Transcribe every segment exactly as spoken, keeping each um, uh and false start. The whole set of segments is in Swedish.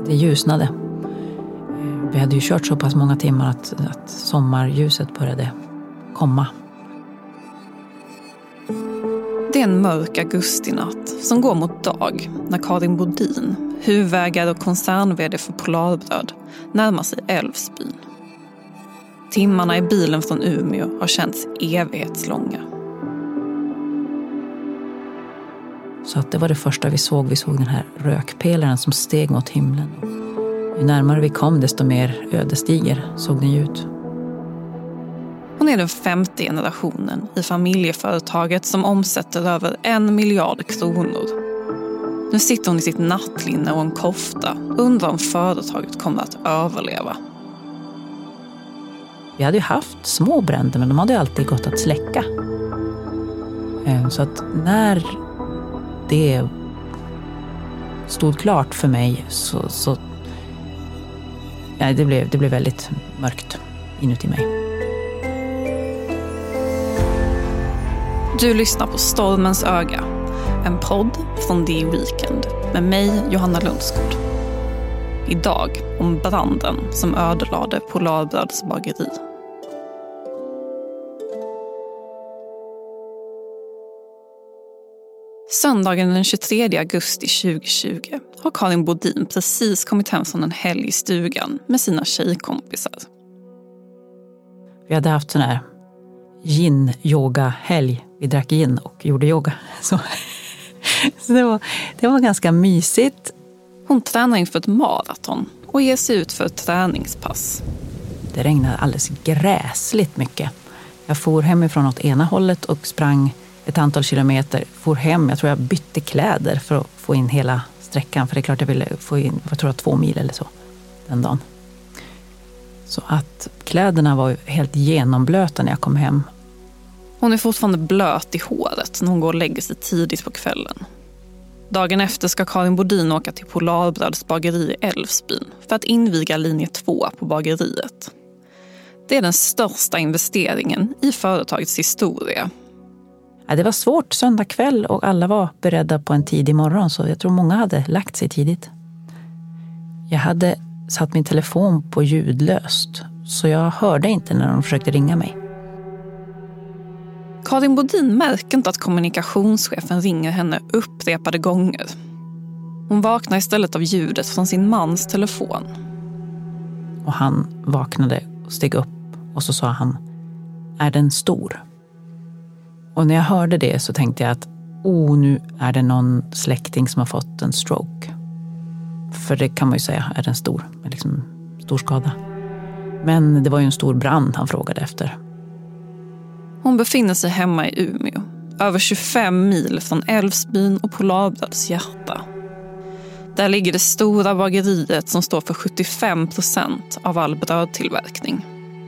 det ljusnade. Vi hade ju kört så pass många timmar att, att sommarljuset började komma. Det är en mörk augustinatt som går mot dag när Karin Bodin, huvudägare och koncern-vd för Polarbröd, närmar sig Älvsbyn. Timmarna i bilen från Umeå har känts evighetslånga. Så att det var det första vi såg. Vi såg den här rökpelaren som steg mot himlen. Ju närmare vi kom desto mer ödesdiger såg den ut. Hon är den femte generationen i familjeföretaget som omsätter över en miljard kronor. Nu sitter hon i sitt nattlinne och en kofta och undrar om företaget kommer att överleva. Vi hade ju haft små bränder, men de hade alltid gått att släcka. Så att när det stod klart för mig så, så ja, det, blev, det blev väldigt mörkt inuti mig. Du lyssnar på Stormens öga, en podd från The Weekend med mig, Johanna Lundsgård. Idag om branden som ödelade Polarbröds bageri. Söndagen den tjugotredje augusti tjugohundratjugo har Karin Bodin precis kommit hem från en helg i stugan med sina tjejkompisar. Vi hade haft sån här yin-yoga-helg. Vi drack gin och gjorde yoga. Så, så det, var, det var ganska mysigt. Hon tränar inför ett maraton och ger sig ut för ett träningspass. Det regnade alldeles gräsligt mycket. Jag for hemifrån åt ena hållet och sprang ett antal kilometer. For hem, jag tror jag bytte kläder för att få in hela sträckan. För det är klart jag ville få in, jag tror jag två mil eller så den dagen. Så att kläderna var helt genomblöta när jag kom hem. Hon är fortfarande blöt i håret när hon går och lägger sig tidigt på kvällen. Dagen efter ska Karin Bodin åka till Polarbröds bageri i Älvsbyn för att inviga linje två på bageriet. Det är den största investeringen i företagets historia. Ja, det var svårt söndag kväll och alla var beredda på en tidig morgon, så jag tror många hade lagt sig tidigt. Jag hade satt min telefon på ljudlöst så jag hörde inte när de försökte ringa mig. Karin Bodin märker inte att kommunikationschefen ringer henne upprepade gånger. Hon vaknar istället av ljudet från sin mans telefon. Och han vaknade och steg upp och så sa han: "Är den stor?" Och när jag hörde det så tänkte jag att oh, nu är det någon släkting som har fått en stroke. För det kan man ju säga, är den stor, med liksom stor skada. Men det var ju en stor brand han frågade efter. Hon befinner sig hemma i Umeå, över tjugofem mil från Älvsbyn och Polarbröds hjärta. Där ligger det stora bageriet som står för sjuttiofem procent av all brödtillverkning.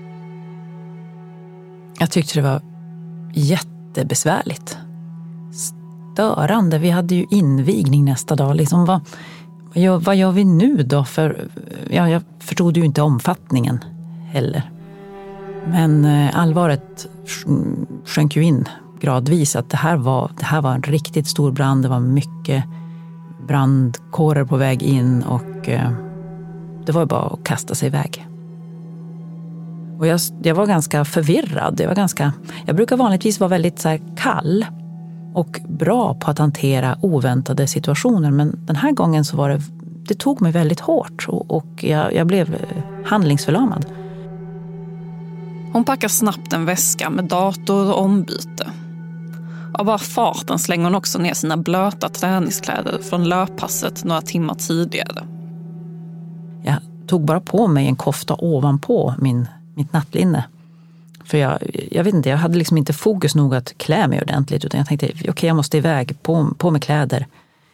Jag tyckte det var jättebesvärligt. Störande. Vi hade ju invigning nästa dag. Liksom, vad, vad, gör, vad gör vi nu då? För, ja, jag förstod ju inte omfattningen heller. Men eh, allvaret sjönk ju in gradvis. Att det här, var, det här var en riktigt stor brand. Det var mycket brandkårer på väg in. Och eh, det var bara att kasta sig iväg. Och jag, jag var ganska förvirrad. Jag, var ganska, jag brukar vanligtvis vara väldigt så här kall och bra på att hantera oväntade situationer. Men den här gången så var det, det tog mig väldigt hårt och, och jag, jag blev handlingsförlamad. Hon packar snabbt en väska med dator och ombyte. Av bara farten slänger hon också ner sina blöta träningskläder från löppasset några timmar tidigare. Jag tog bara på mig en kofta ovanpå min mitt nattlinne. För jag, jag vet inte, jag hade liksom inte fokus nog att klä mig ordentligt, utan jag tänkte, okej, okay, jag måste iväg, på, på med kläder.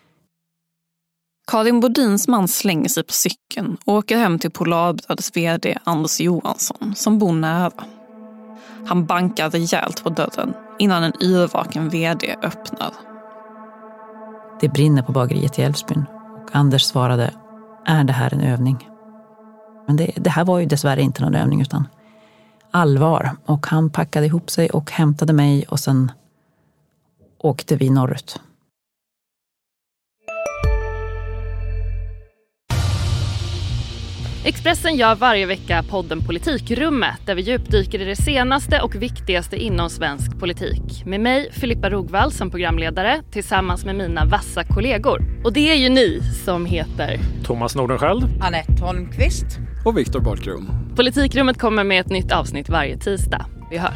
Karin Bodins man slänger sig på cykeln och åker hem till Polarbröds vd Anders Johansson som bor nära. Han bankar rejält på dörren innan en yrvaken vd öppnar. Det brinner på bageriet i Älvsbyn och Anders svarade, är det här en övning? Men det, det här var ju dessvärre inte någon övning utan allvar. Och han packade ihop sig och hämtade mig och sen åkte vi norrut. Expressen gör varje vecka podden Politikrummet där vi djupdyker i det senaste och viktigaste inom svensk politik. Med mig, Filippa Rogvall, som programledare tillsammans med mina vassa kollegor. Och det är ju ni som heter Thomas Nordenskjöld, Anette Holmqvist och Viktor Barkrum. Politikrummet kommer med ett nytt avsnitt varje tisdag. Vi hörs.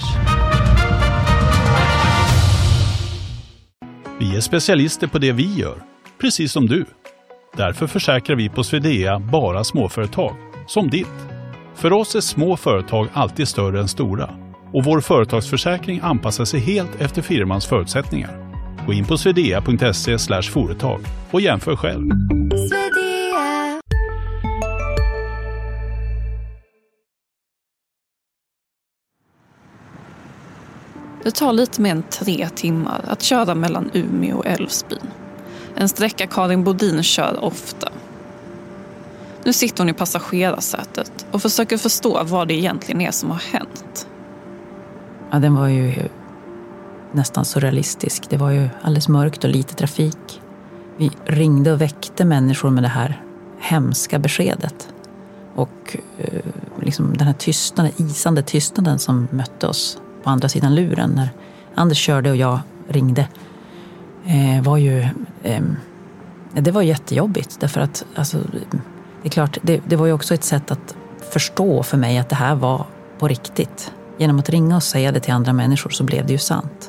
Vi är specialister på det vi gör, precis som du. Därför försäkrar vi på Swedea bara småföretag, som ditt. För oss är små företag alltid större än stora. Och vår företagsförsäkring anpassar sig helt efter firmans förutsättningar. Gå in på swedea punkt se slash företag och jämför själv. Swedea. Det tar lite mer än tre timmar att köra mellan Umeå och Älvsbyn. En sträcka Karin Bodin kör ofta. Nu sitter hon i passagerarsätet och försöker förstå vad det egentligen är som har hänt. Ja, den var ju nästan surrealistisk. Det var ju alldeles mörkt och lite trafik. Vi ringde och väckte människor med det här hemska beskedet. Och eh, liksom den här tystnaden, isande tystnaden som mötte oss på andra sidan luren när Anders körde och jag ringde. Eh, var ju eh, det var jättejobbigt därför att alltså, det är klart, det, det var ju också ett sätt att förstå för mig att det här var på riktigt. Genom att ringa och säga det till andra människor så blev det ju sant.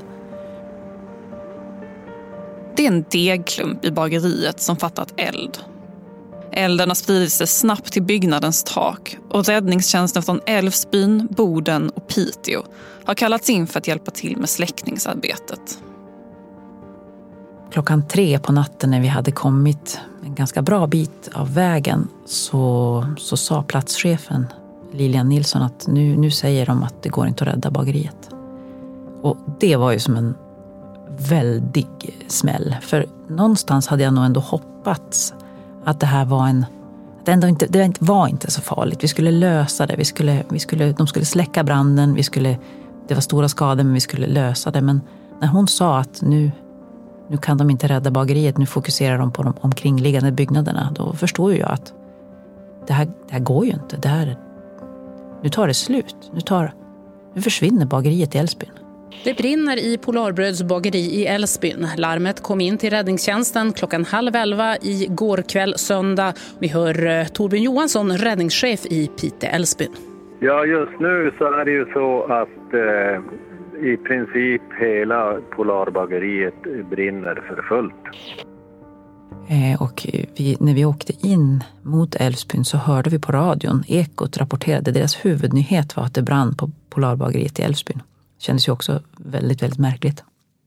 Det är en degklump i bageriet som fattat eld. Elden har spridit sig snabbt till byggnadens tak och räddningstjänsten från Älvsbyn, Boden och Piteå har kallats in för att hjälpa till med släckningsarbetet. Klockan tre på natten när vi hade kommit en ganska bra bit av vägen så, så sa platschefen Lilian Nilsson att nu, nu säger de att det går inte att rädda bageriet. Och det var ju som en väldig smäll. För någonstans hade jag nog ändå hoppats att det här var en... Det, ändå inte, det var inte så farligt. Vi skulle lösa det. Vi skulle, vi skulle, de skulle släcka branden. Vi skulle, det var stora skador men vi skulle lösa det. Men när hon sa att nu... Nu kan de inte rädda bageriet, nu fokuserar de på de omkringliggande byggnaderna. Då förstår jag att det här, det här går ju inte. Det här, nu tar det slut. Nu, tar, nu försvinner bageriet i Älvsbyn. Det brinner i Polarbröds bageri i Älvsbyn. Larmet kom in till räddningstjänsten klockan halv elva i går kväll söndag. Vi hör Torbjörn Johansson, räddningschef i Piteå Älvsbyn. Ja, just nu så är det ju så att eh, i princip hela Polarbageriet brinner för fullt. Eh, och vi, när vi åkte in mot Älvsbyn så hörde vi på radion, Ekot rapporterade, deras huvudnyhet var att det brann på Polarbageriet i Älvsbyn. Det kändes ju också väldigt, väldigt märkligt.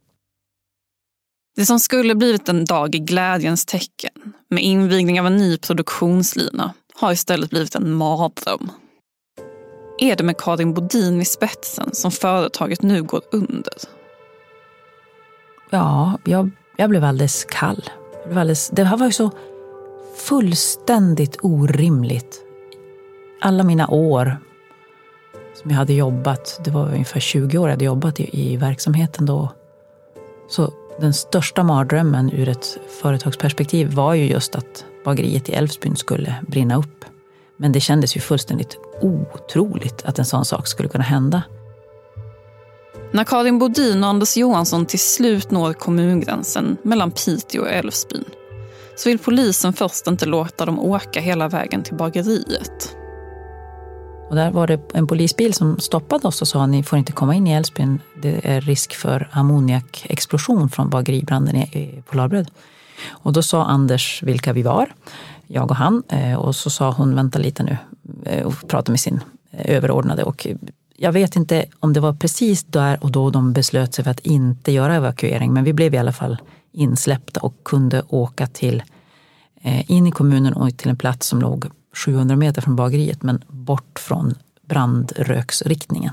Det som skulle blivit en dag i glädjens tecken med invigning av en ny produktionslina har istället blivit en mardröm. Är det med Karin Bodin i spetsen som företaget nu går under? Ja, jag, jag blev alldeles kall. Jag blev alldeles, det här var ju så fullständigt orimligt. Alla mina år som jag hade jobbat, det var ungefär tjugo år jag hade jobbat i, i verksamheten då. Så den största mardrömmen ur ett företagsperspektiv var ju just att bageriet i Älvsbyn skulle brinna upp. Men det kändes ju fullständigt otroligt att en sån sak skulle kunna hända. När Karin Bodin och Anders Johansson till slut når kommungränsen mellan Piteå och Älvsbyn så vill polisen först inte låta dem åka hela vägen till bageriet. Och där var det en polisbil som stoppade oss och sa att ni får inte komma in i Älvsbyn. Det är risk för ammoniakexplosion från bageribranden i Polarbröd. Och då sa Anders vilka vi var, jag och han. Och så sa hon, vänta lite nu, och pratade med sin överordnade. Och jag vet inte om det var precis där och då de beslöt sig för att inte göra evakuering. Men vi blev i alla fall insläppta och kunde åka till, in i kommunen och till en plats som låg sjuhundra meter från bageriet men bort från brandröksriktningen.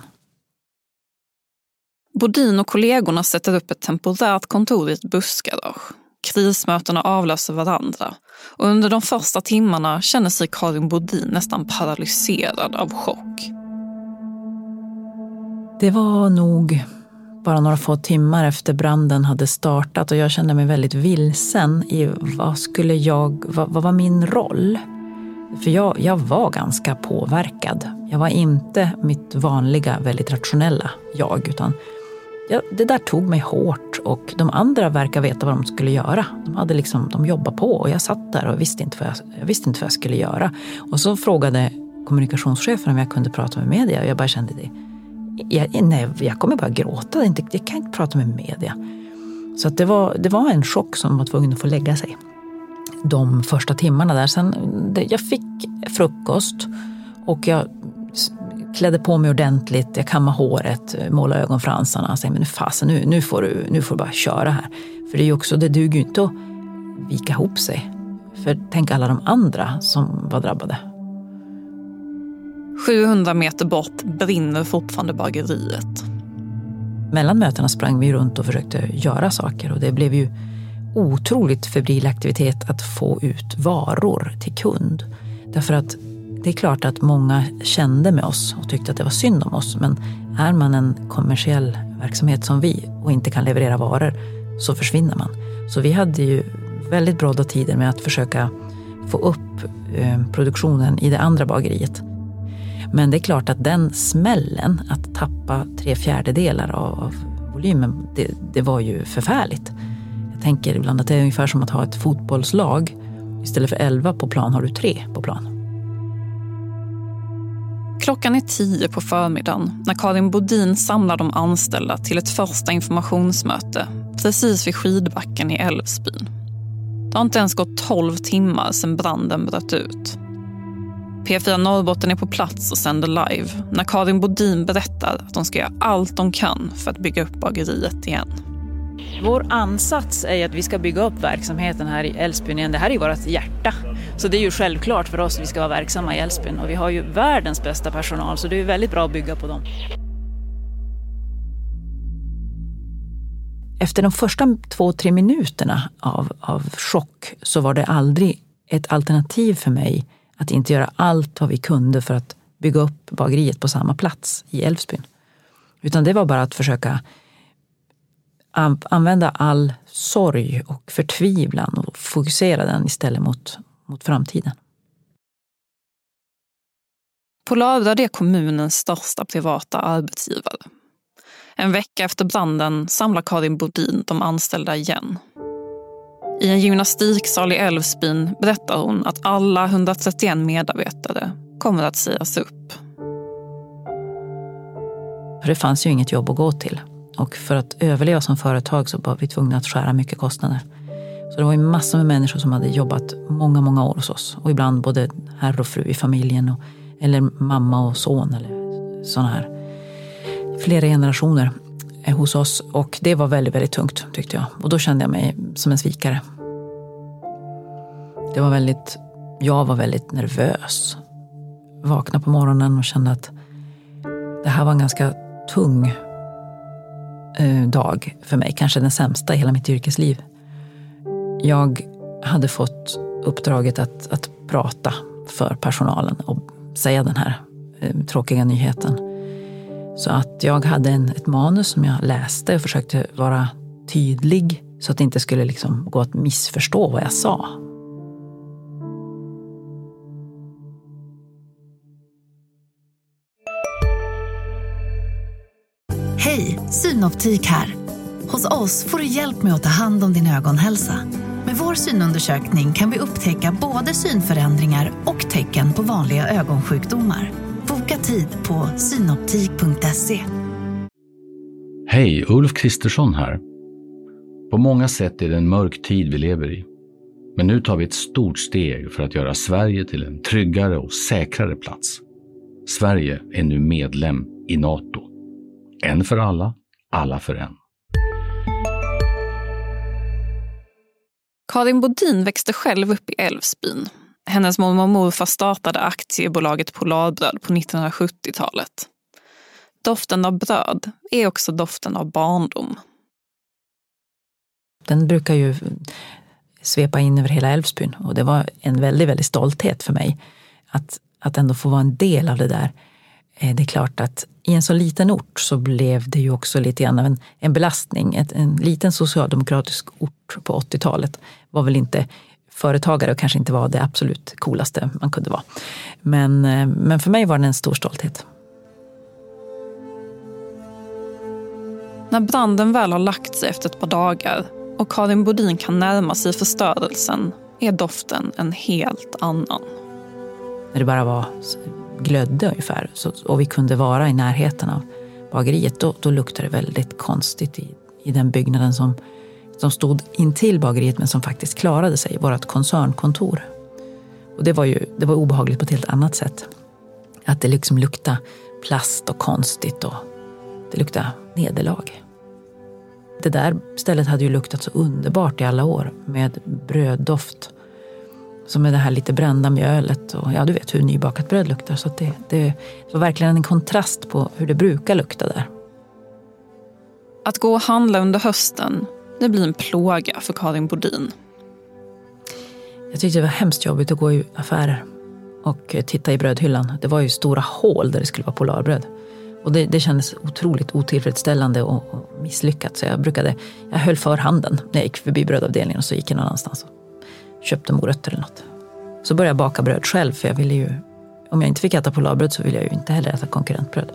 Bodin och kollegorna sätter upp ett temporärt kontor i ett bussgarage. Krismötena avlöser varandra och under de första timmarna känner sig Karin Bodin nästan paralyserad av chock. Det var nog bara några få timmar efter branden hade startat och jag kände mig väldigt vilsen i vad skulle jag, vad, vad var min roll? För jag, jag var ganska påverkad. Jag var inte mitt vanliga, väldigt rationella jag, utan ja, det där tog mig hårt, och de andra verkar veta vad de skulle göra. De hade liksom, de jobbade på, och jag satt där och visste inte vad jag, jag visste inte vad jag skulle göra. Och så frågade kommunikationschefen om jag kunde prata med media, och jag bara kände det. Jag, nej, jag kommer bara gråta, jag kan inte prata med media. Så att det var, det var en chock som var tvungen att få lägga sig. De första timmarna där. Sen, det, jag fick frukost, och jag klädde på mig ordentligt, jag kammade håret, målade ögonfransarna och sa, men fasen, nu, nu, får du, nu får du bara köra här. För det är ju också, det duger ju inte att vika ihop sig. För tänk alla de andra som var drabbade. sjuhundra meter bort brinner fortfarande bageriet. Mellan mötena sprang vi runt och försökte göra saker, och det blev ju otroligt febril aktivitet att få ut varor till kund. Därför att det är klart att många kände med oss och tyckte att det var synd om oss, men är man en kommersiell verksamhet som vi och inte kan leverera varor, så försvinner man. Så vi hade ju väldigt bråda tider med att försöka få upp eh, produktionen i det andra bageriet. Men det är klart att den smällen, att tappa tre fjärdedelar av, av volymen, det, det var ju förfärligt. Jag tänker ibland att det är ungefär som att ha ett fotbollslag. Istället för elva på plan har du tre på plan. Klockan är tio på förmiddagen när Karin Bodin samlar de anställda till ett första informationsmöte precis vid skidbacken i Älvsbyn. Det har inte ens gått tolv timmar sedan branden bröt ut. P fyra Norrbotten är på plats och sänder live när Karin Bodin berättar att de ska göra allt de kan för att bygga upp bageriet igen. Vår ansats är att vi ska bygga upp verksamheten här i Älvsbyn igen. Det här är ju vårt hjärta. Så det är ju självklart för oss att vi ska vara verksamma i Älvsbyn. Och vi har ju världens bästa personal, så det är väldigt bra att bygga på dem. Efter de första två, tre minuterna av, av chock så var det aldrig ett alternativ för mig att inte göra allt vad vi kunde för att bygga upp bageriet på samma plats i Älvsbyn. Utan det var bara att försöka använda all sorg och förtvivlan och fokusera den istället mot, mot framtiden. Polarbröd är kommunens största privata arbetsgivare. En vecka efter branden samlar Karin Bodin de anställda igen. I en gymnastiksal i Älvsbyn berättar hon att alla hundratrettioen medarbetare kommer att sägas upp. För det fanns ju inget jobb att gå till. Och för att överleva som företag så var vi tvungna att skära mycket kostnader. Så det var ju massor med människor som hade jobbat många, många år hos oss. Och ibland både herr och fru i familjen. Och, eller mamma och son eller sådana här. Flera generationer hos oss. Och det var väldigt, väldigt tungt tyckte jag. Och då kände jag mig som en svikare. Det var väldigt, jag var väldigt nervös. Vaknade på morgonen och kände att det här var en ganska tung dag för mig, kanske den sämsta i hela mitt yrkesliv. Jag hade fått uppdraget att, att prata för personalen och säga den här eh, tråkiga nyheten. Så att jag hade en, ett manus som jag läste och försökte vara tydlig så att det inte skulle liksom gå att missförstå vad jag sa. Hej, Synoptik här. Hos oss får du hjälp med att ta hand om din ögonhälsa. Med vår synundersökning kan vi upptäcka både synförändringar och tecken på vanliga ögonsjukdomar. Boka tid på synoptik punkt se. Hej, Ulf Kristersson här. På många sätt är det en mörk tid vi lever i. Men nu tar vi ett stort steg för att göra Sverige till en tryggare och säkrare plats. Sverige är nu medlem i NATO. En för alla, alla för en. Karin Bodin växte själv upp i Älvsbyn. Hennes mormor och morfar startade aktiebolaget Polarbröd på nittonhundrasjuttiotalet. Doften av bröd är också doften av barndom. Den brukar ju svepa in över hela Älvsbyn. Och det var en väldigt, väldigt stolthet för mig att, att ändå få vara en del av det där. Det är klart att i en så liten ort så blev det ju också lite grann av en, en belastning. Ett, en liten socialdemokratisk ort på åttiotalet var väl inte företagare och kanske inte var det absolut coolaste man kunde vara. Men, men för mig var det en stor stolthet. När branden väl har lagt sig efter ett par dagar och Karin Bodin kan närma sig förstörelsen är doften en helt annan. När det bara var glödde ungefär så, och vi kunde vara i närheten av bageriet, då, då luktade det väldigt konstigt i, i den byggnaden som, som stod intill bageriet men som faktiskt klarade sig, vårt koncernkontor. Och det var ju det var obehagligt på ett helt annat sätt. Att det liksom luktade plast och konstigt och det luktade nederlag. Det där stället hade ju luktat så underbart i alla år med bröddoft. Som med det här lite brända mjölet och ja, du vet hur nybakat bröd luktar. Så att det, det var verkligen en kontrast på hur det brukar lukta där. Att gå och handla under hösten, det blir en plåga för Karin Bodin. Jag tyckte det var hemskt jobbigt att gå i affärer och titta i brödhyllan. Det var ju stora hål där det skulle vara polarbröd. Och det, det kändes otroligt otillfredsställande och, och misslyckat. Så jag brukade, jag höll för handen när jag gick förbi brödavdelningen och så gick jag någon annanstans och köpte morötter eller något. Så började jag baka bröd själv för jag ville ju, om jag inte fick äta polarbröd så ville jag ju inte heller äta konkurrentbröd.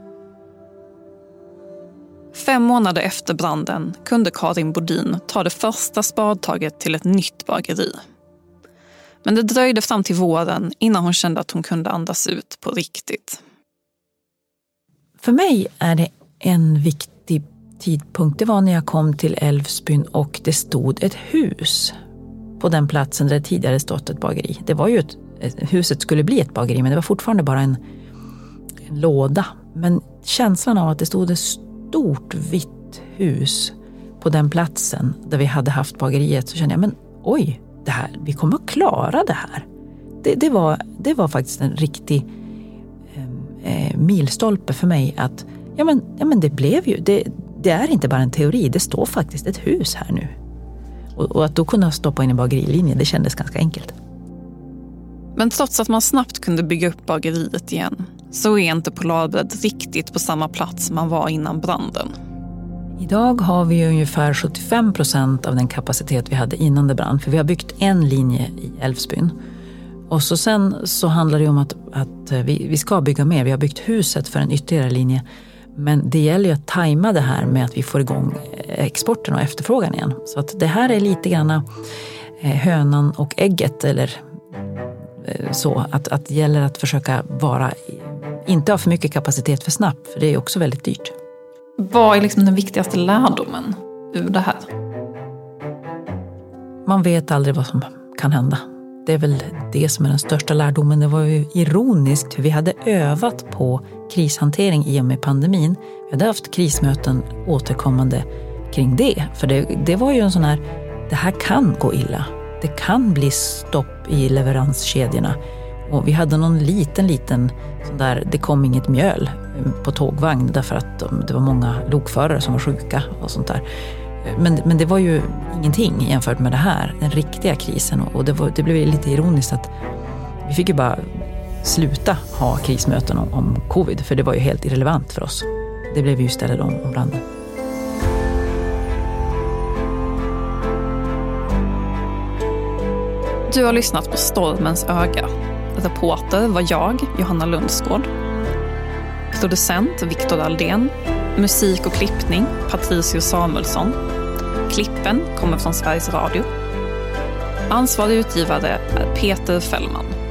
Fem månader efter branden kunde Karin Bodin ta det första spadtaget till ett nytt bageri. Men det dröjde fram till våren innan hon kände att hon kunde andas ut på riktigt. För mig är det en viktig tidpunkt. Det var när jag kom till Älvsbyn och det stod ett hus på den platsen där det tidigare stått ett bageri. Det var ju ett, huset skulle bli ett bageri men det var fortfarande bara en, en låda. Men känslan av att det stod ett stort vitt hus på den platsen där vi hade haft bageriet, så kände jag, men oj, det här, vi kommer att klara det här. Det, det, var, det var faktiskt en riktig eh, milstolpe för mig att ja men, ja, men det blev ju, det, det är inte bara en teori, det står faktiskt ett hus här nu. Och, och att då kunna stoppa in en bagerilinje, det kändes ganska enkelt. Men trots att man snabbt kunde bygga upp bageriet igen så är inte Polarbröd riktigt på samma plats man var innan branden. Idag har vi ungefär sjuttiofem procent av den kapacitet vi hade innan det brann. För vi har byggt en linje i Älvsbyn. Och så sen så handlar det om att, att vi, vi ska bygga mer. Vi har byggt huset för en ytterligare linje. Men det gäller ju att tajma det här med att vi får igång exporten och efterfrågan igen. Så att det här är lite grann hönan och ägget eller så. Att, att det gäller att försöka vara, inte ha för mycket kapacitet för snabbt. För det är också väldigt dyrt. Vad är liksom den viktigaste lärdomen ur det här? Man vet aldrig vad som kan hända. Det är väl det som är den största lärdomen. Det var ju ironiskt hur vi hade övat på krishantering i och med pandemin. Vi hade haft krismöten återkommande kring det. För det, det var ju en sån här, det här kan gå illa. Det kan bli stopp i leveranskedjorna. Och vi hade någon liten, liten sån där, det kom inget mjöl på tågvagn därför att det var många lokförare som var sjuka och sånt där. Men, men det var ju ingenting jämfört med det här, den riktiga krisen. Och det, var, det blev lite ironiskt att vi fick ju bara sluta ha krismöten om, om covid, för det var ju helt irrelevant för oss. Det blev ju istället om, om branden. Du har lyssnat på Stormens öga. Reporter var jag, Johanna Lundsgård. Producent Viktor Aldén. Musik och klippning Patricio Samuelsson. Klippen kommer från Sveriges Radio. Ansvarig utgivare är Peter Fällman.